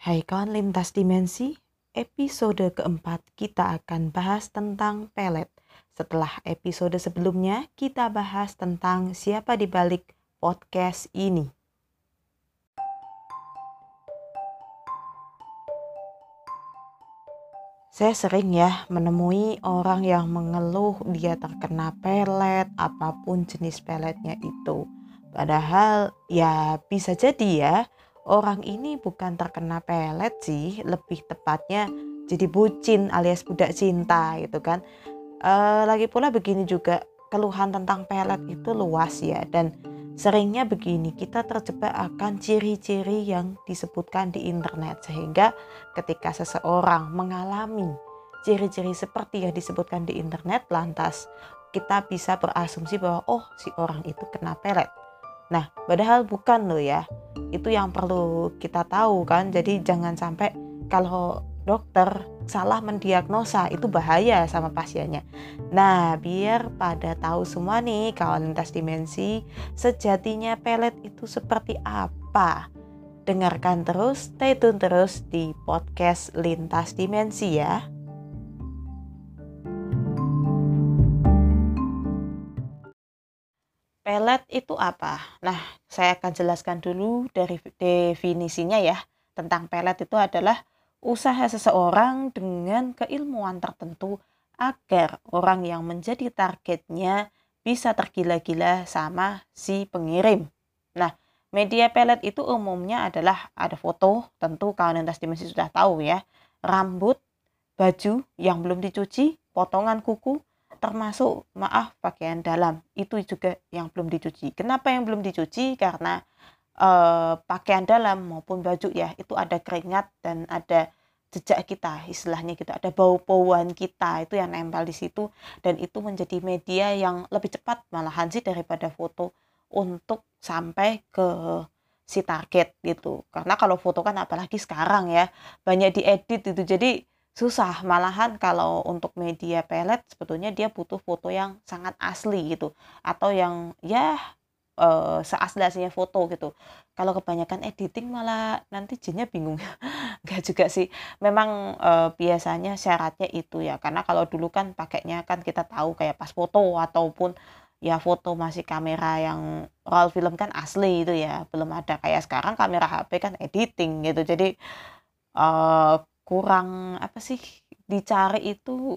Hai kawan lintas dimensi, episode keempat kita akan bahas tentang pelet. Setelah episode sebelumnya, kita bahas tentang siapa di balik podcast ini. Saya sering menemui orang yang mengeluh dia terkena pelet, apapun jenis peletnya itu. Padahal bisa jadi orang ini bukan terkena pelet sih, lebih tepatnya jadi bucin alias budak cinta gitu kan. Lagi pula begini juga, keluhan tentang pelet itu luas dan seringnya begini, kita terjebak akan ciri-ciri yang disebutkan di internet, sehingga ketika seseorang mengalami ciri-ciri seperti yang disebutkan di internet, lantas kita bisa berasumsi bahwa si orang itu kena pelet. Nah, padahal bukan loh ya. Itu yang perlu kita tahu kan. Jadi jangan sampai kalau dokter salah mendiagnosa, itu bahaya sama pasiennya. Nah, biar pada tahu semua nih kawan lintas dimensi, sejatinya pelet itu seperti apa? Dengarkan terus, stay tune terus di podcast Lintas Dimensi ya. Pelet itu apa? Nah, saya akan jelaskan dulu dari definisinya ya. Tentang pelet itu adalah usaha seseorang dengan keilmuan tertentu agar orang yang menjadi targetnya bisa tergila-gila sama si pengirim. Nah, media pelet itu umumnya adalah ada foto, tentu kawan lintas dimensi sudah tahu ya. Rambut, baju yang belum dicuci, potongan kuku, termasuk pakaian dalam itu juga yang belum dicuci. Kenapa yang belum dicuci? Karena pakaian dalam maupun baju ya itu ada keringat dan ada jejak kita, istilahnya gitu, ada bau-bauan kita itu yang nempel di situ, dan itu menjadi media yang lebih cepat malahan sih daripada foto untuk sampai ke si target gitu. Karena kalau foto kan apalagi sekarang ya banyak diedit itu, jadi susah. Malahan kalau untuk media pelet sebetulnya dia butuh foto yang sangat asli gitu, atau yang seasli-aslinya foto gitu. Kalau kebanyakan editing malah nanti jinnya bingung. Enggak juga sih. Memang biasanya syaratnya itu ya. Karena kalau dulu kan pakainya kan kita tahu kayak pas foto ataupun ya foto masih kamera yang roll film kan asli itu ya. Belum ada kayak sekarang kamera HP kan editing gitu. Jadi kurang dicari itu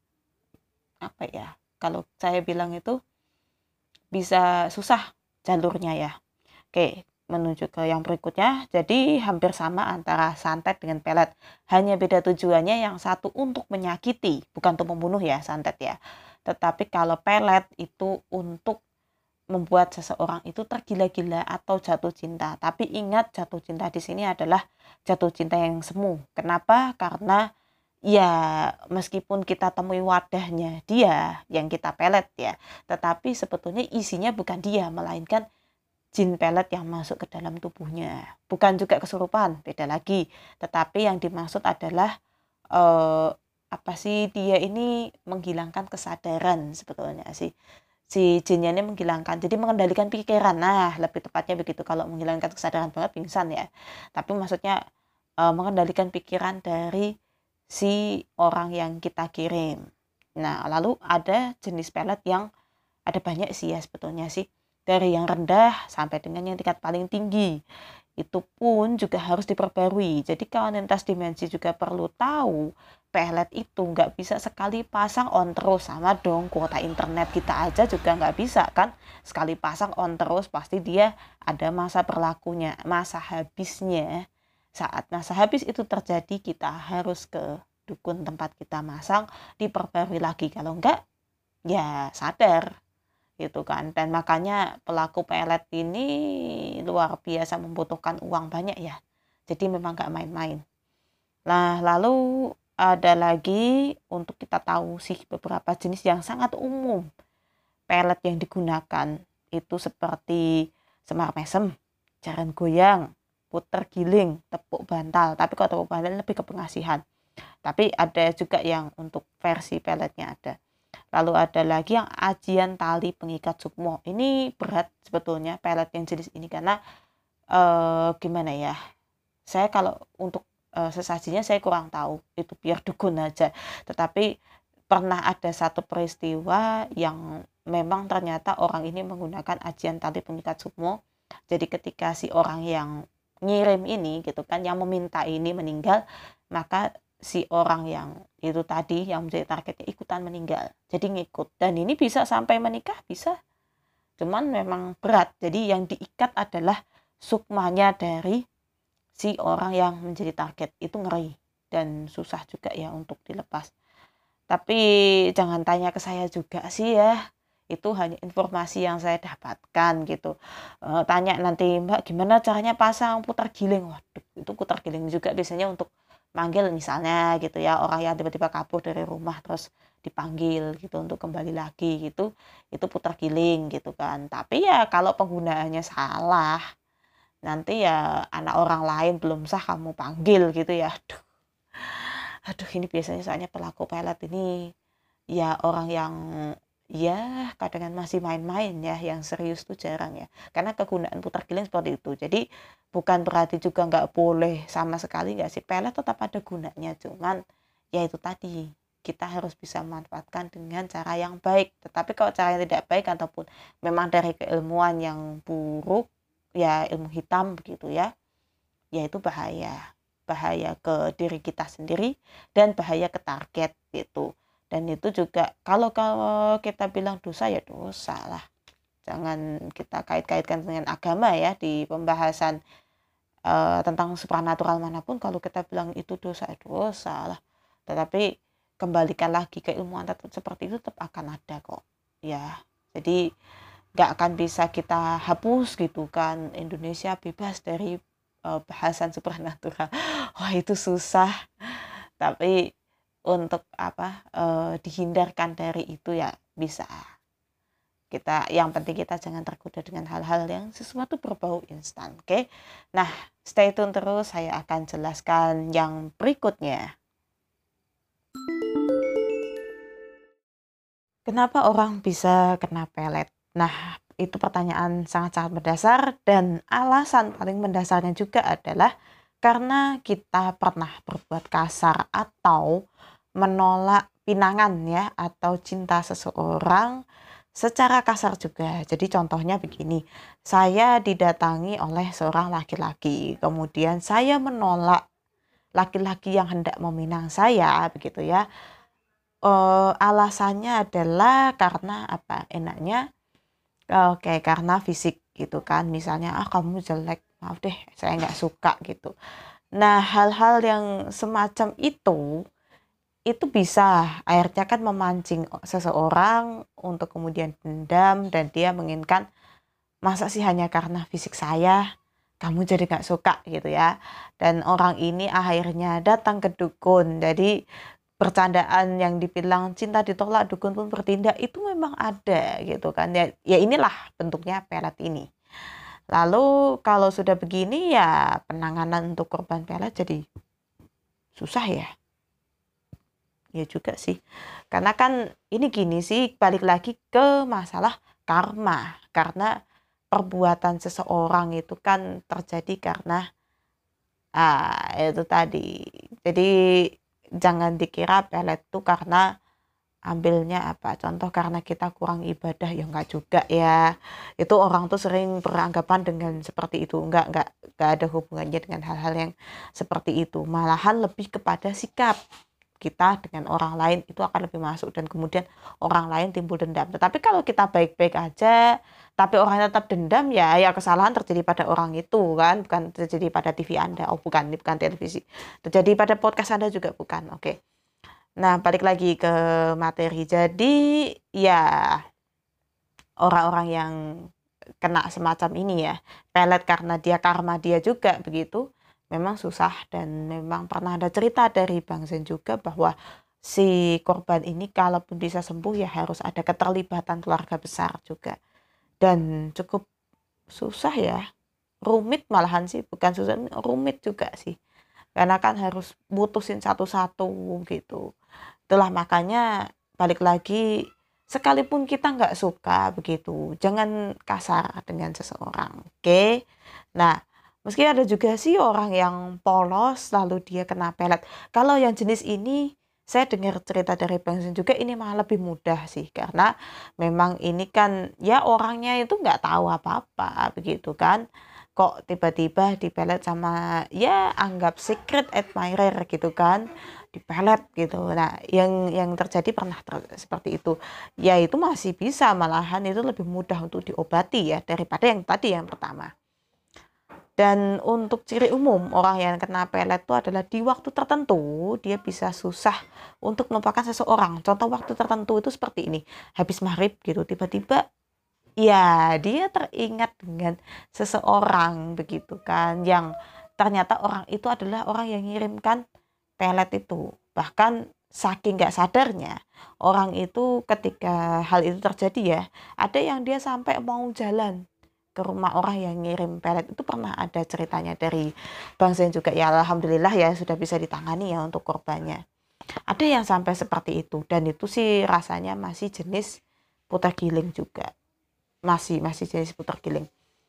kalau saya bilang itu bisa susah jalurnya ya. Oke, menuju ke yang berikutnya. Jadi hampir sama antara santet dengan pelet. Hanya beda tujuannya, yang satu untuk menyakiti, bukan untuk membunuh ya santet ya. Tetapi kalau pelet itu untuk membuat seseorang itu tergila-gila atau jatuh cinta. Tapi ingat, jatuh cinta di sini adalah jatuh cinta yang semu. Kenapa? Karena meskipun kita temui wadahnya dia yang kita pelet ya, tetapi sebetulnya isinya bukan dia, melainkan jin pelet yang masuk ke dalam tubuhnya. Bukan juga kesurupan, beda lagi. Tetapi yang dimaksud adalah dia ini menghilangkan kesadaran sebetulnya sih. Si jinnya ini menghilangkan, jadi mengendalikan pikiran. Nah, lebih tepatnya begitu. Kalau menghilangkan kesadaran banget pingsan ya. Tapi maksudnya mengendalikan pikiran dari si orang yang kita kirim. Nah, lalu ada jenis pelet yang ada banyak sih ya sebetulnya sih. Dari yang rendah sampai dengan yang tingkat paling tinggi. Itu pun juga harus diperbarui. Jadi kawan lintas dimensi juga perlu tahu, pelet itu nggak bisa sekali pasang on terus. Sama dong, kuota internet kita aja juga nggak bisa kan. Sekali pasang on terus, pasti dia ada masa berlakunya, masa habisnya. Saat masa habis itu terjadi, kita harus ke dukun tempat kita masang, diperbarui lagi. Kalau enggak, ya sadar gitu kan. Dan makanya pelaku pelet ini luar biasa membutuhkan uang banyak ya. Jadi memang enggak main-main. Nah, lalu ada lagi untuk kita tahu sih beberapa jenis yang sangat umum pelet yang digunakan. Itu seperti semar mesem, jaran goyang, puter giling, tepuk bantal. Tapi kalau tepuk bantal lebih ke pengasihan. Tapi ada juga yang untuk versi peletnya ada. Lalu ada lagi yang ajian tali pengikat sukmo. Ini berat sebetulnya pelet yang jenis ini, karena gimana ya, saya kalau untuk sesajinya saya kurang tahu, itu biar dukun aja. Tetapi pernah ada satu peristiwa yang memang ternyata orang ini menggunakan ajian tali pengikat sukmo. Jadi ketika si orang yang ngirim ini gitu kan, yang meminta ini meninggal, maka si orang yang itu tadi yang menjadi targetnya ikutan meninggal. Jadi ngikut. Dan ini bisa sampai menikah, bisa. Cuman memang berat. Jadi yang diikat adalah sukmanya dari si orang yang menjadi target. Itu ngeri dan susah juga ya untuk dilepas. Tapi jangan tanya ke saya juga sih ya. Itu hanya informasi yang saya dapatkan gitu. Tanya nanti, Mbak gimana caranya pasang putar giling? Waduh, itu putar giling juga biasanya untuk manggil misalnya gitu ya, orang yang tiba-tiba kabur dari rumah terus dipanggil gitu untuk kembali lagi gitu. Itu putar giling gitu kan. Tapi ya kalau penggunaannya salah, nanti ya anak orang lain belum sah kamu panggil gitu ya. Aduh ini biasanya soalnya pelaku pelet ini ya orang yang ya kadang masih main-main ya, yang serius tuh jarang ya. Karena kegunaan putar giling seperti itu. Jadi bukan berarti juga nggak boleh sama sekali nggak sih, pelet tetap ada gunanya. Cuman ya itu tadi, kita harus bisa memanfaatkan dengan cara yang baik. Tetapi kalau cara yang tidak baik ataupun memang dari keilmuan yang buruk, ya ilmu hitam begitu ya, ya itu bahaya. Bahaya ke diri kita sendiri dan bahaya ke target gitu. Dan itu juga kalau kita bilang dosa ya dosa lah. Jangan kita kait-kaitkan dengan agama ya di pembahasan tentang supranatural manapun. Kalau kita bilang itu dosa ya dosa lah. Tetapi kembalikan lagi ke ilmuwan seperti itu tetap akan ada kok ya. Jadi nggak akan bisa kita hapus gitu kan, Indonesia bebas dari bahasan supernatural. Wah itu susah. Tapi untuk dihindarkan dari itu ya bisa. Kita yang penting kita jangan tergoda dengan hal-hal yang sesuatu berbau instan. Oke. Nah, stay tune terus, saya akan jelaskan yang berikutnya. Kenapa orang bisa kena pelet? Nah, itu pertanyaan sangat-sangat mendasar dan alasan paling mendasarnya juga adalah karena kita pernah berbuat kasar atau menolak pinangan ya atau cinta seseorang secara kasar juga. Jadi contohnya begini, saya didatangi oleh seorang laki-laki, kemudian saya menolak laki-laki yang hendak meminang saya begitu ya. Alasannya adalah karena apa? Enaknya oke, karena fisik gitu kan. Misalnya, kamu jelek, maaf deh, saya nggak suka gitu. Nah, hal-hal yang semacam itu bisa akhirnya kan memancing seseorang untuk kemudian dendam dan dia menginginkan, masa sih hanya karena fisik saya, kamu jadi nggak suka gitu ya. Dan orang ini akhirnya datang ke dukun. Jadi bercandaan yang dibilang cinta ditolak dukun pun bertindak itu memang ada gitu kan ya, ya inilah bentuknya pelet ini. Lalu kalau sudah begini ya penanganan untuk korban pelet jadi susah ya. Ya juga sih, karena kan ini gini sih, balik lagi ke masalah karma, karena perbuatan seseorang itu kan terjadi karena itu tadi. Jadi jangan dikira pelet itu karena ambilnya apa, contoh karena kita kurang ibadah, ya enggak juga ya. Itu orang tuh sering beranggapan dengan seperti itu, enggak ada hubungannya dengan hal-hal yang seperti itu. Malahan lebih kepada sikap kita dengan orang lain itu akan lebih masuk dan kemudian orang lain timbul dendam. Tetapi kalau kita baik-baik aja tapi orang tetap dendam ya kesalahan terjadi pada orang itu kan, bukan terjadi pada TV Anda. Bukan, ini bukan televisi. Terjadi pada podcast Anda juga bukan. Oke. Nah, balik lagi ke materi. Jadi ya orang-orang yang kena semacam ini ya, pelet karena dia karma dia juga begitu, memang susah. Dan memang pernah ada cerita dari Bang Zen juga bahwa si korban ini kalaupun bisa sembuh ya harus ada keterlibatan keluarga besar juga. Dan cukup susah ya, rumit malahan sih, bukan susah, rumit juga sih. Karena kan harus putusin satu-satu gitu. Itulah makanya balik lagi, sekalipun kita nggak suka begitu, jangan kasar dengan seseorang. Oke? Nah, Meski ada juga sih orang yang polos lalu dia kena pelet. Kalau yang jenis ini saya dengar cerita dari Bang Zen juga ini malah lebih mudah sih karena memang ini kan ya orangnya itu nggak tahu apa-apa begitu kan. Kok tiba-tiba dipelet sama ya anggap secret admirer gitu kan, dipelet gitu. Nah, yang terjadi pernah seperti itu. Ya itu masih bisa malahan itu lebih mudah untuk diobati ya daripada yang tadi yang pertama. Dan untuk ciri umum orang yang kena pelet itu adalah di waktu tertentu dia bisa susah untuk melupakan seseorang. Contoh waktu tertentu itu seperti ini, habis maghrib gitu tiba-tiba ya dia teringat dengan seseorang begitu kan, yang ternyata orang itu adalah orang yang ngirimkan pelet itu. Bahkan saking nggak sadarnya orang itu ketika hal itu terjadi ya, ada yang dia sampai mau jalan ke rumah orang yang ngirim pelet itu pernah ada ceritanya dari Bang Zen juga ya alhamdulillah ya sudah bisa ditangani ya untuk korbannya. Ada yang sampai seperti itu dan itu sih rasanya masih jenis putar giling juga. Masih jenis putar giling.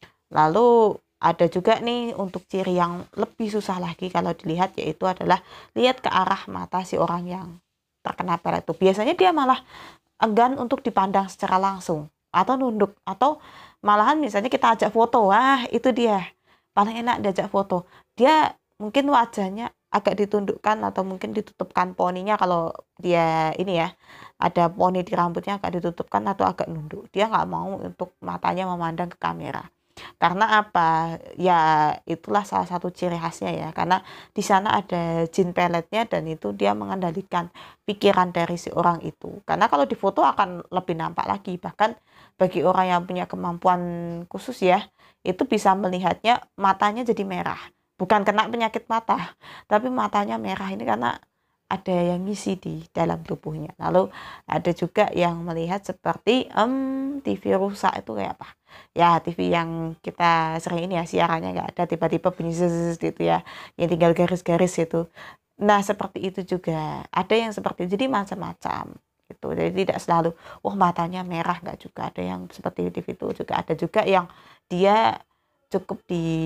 Lalu ada juga nih untuk ciri yang lebih susah lagi kalau dilihat yaitu adalah lihat ke arah mata si orang yang terkena pelet itu. Biasanya dia malah enggan untuk dipandang secara langsung atau nunduk atau malahan misalnya kita ajak foto, wah itu dia paling enak diajak foto. Dia mungkin wajahnya agak ditundukkan atau mungkin ditutupkan poninya kalau dia ini ya ada poni di rambutnya agak ditutupkan atau agak nunduk. Dia nggak mau untuk matanya memandang ke kamera. Karena apa? Ya itulah salah satu ciri khasnya ya. Karena di sana ada jin peletnya dan itu dia mengendalikan pikiran dari si orang itu. Karena kalau di foto akan lebih nampak lagi. Bahkan bagi orang yang punya kemampuan khusus ya, itu bisa melihatnya matanya jadi merah. Bukan kena penyakit mata, tapi matanya merah ini karena ada yang ngisi di dalam tubuhnya. Lalu ada juga yang melihat seperti TV rusak itu kayak apa? Ya TV yang kita sering ini ya siarannya nggak ada tiba-tiba bunyi zzz gitu ya, yang tinggal garis-garis itu. Nah seperti itu juga ada yang seperti itu, jadi macam-macam gitu. Jadi tidak selalu matanya merah, nggak juga ada yang seperti TV itu juga ada juga yang dia cukup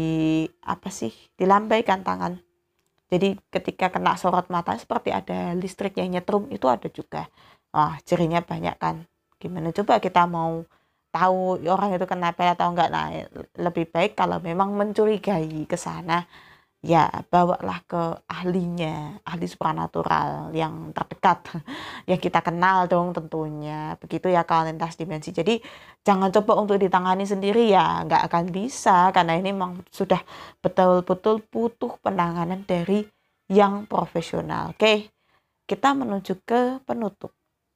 apa sih dilambaikan tangan. Jadi ketika kena sorot mata seperti ada listrik yang nyetrum itu ada juga. Cirinya banyak kan. Gimana coba kita mau tahu orang itu kena pelet atau enggak? Nah, lebih baik kalau memang mencurigai ke sana, ya bawalah ke ahlinya, ahli supranatural yang terdekat, yang kita kenal dong tentunya. Begitu ya kalau lintas dimensi. Jadi jangan coba untuk ditangani sendiri ya, nggak akan bisa karena ini memang sudah betul-betul butuh penanganan dari yang profesional. Oke, kita menuju ke penutup.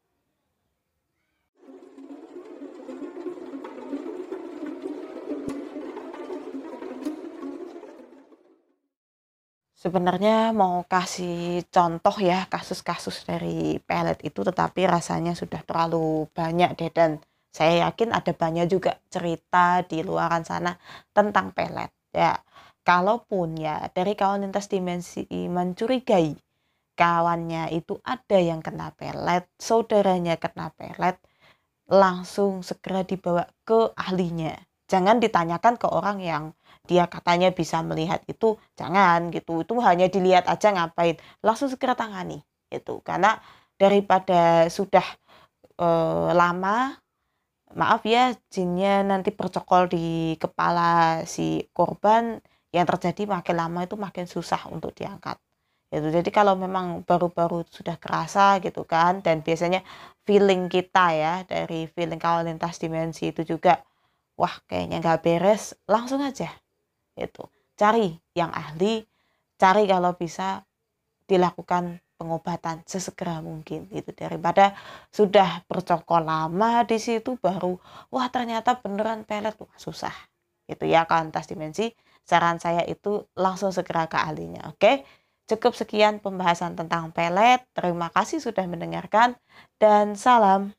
Sebenarnya mau kasih contoh ya kasus-kasus dari pelet itu tetapi rasanya sudah terlalu banyak deh dan saya yakin ada banyak juga cerita di luaran sana tentang pelet ya. Kalaupun ya dari kawan lintas dimensi mencurigai kawannya itu ada yang kena pelet, saudaranya kena pelet, langsung segera dibawa ke ahlinya. Jangan ditanyakan ke orang yang dia katanya bisa melihat itu, jangan gitu. Itu hanya dilihat aja ngapain. Langsung segera tangani itu. Karena daripada sudah lama, maaf ya, jinnya nanti bercokol di kepala si korban, yang terjadi makin lama itu makin susah untuk diangkat. Gitu. Jadi kalau memang baru-baru sudah kerasa gitu kan, dan biasanya feeling kita ya, dari feeling kawal lintas dimensi itu juga, wah kayaknya nggak beres, langsung aja itu. Cari yang ahli, cari kalau bisa dilakukan pengobatan sesegera mungkin gitu daripada sudah bercokol lama di situ baru wah ternyata beneran pelet susah gitu ya kan lintas dimensi. Saran saya itu langsung segera ke ahlinya. Oke, cukup sekian pembahasan tentang pelet. Terima kasih sudah mendengarkan dan salam.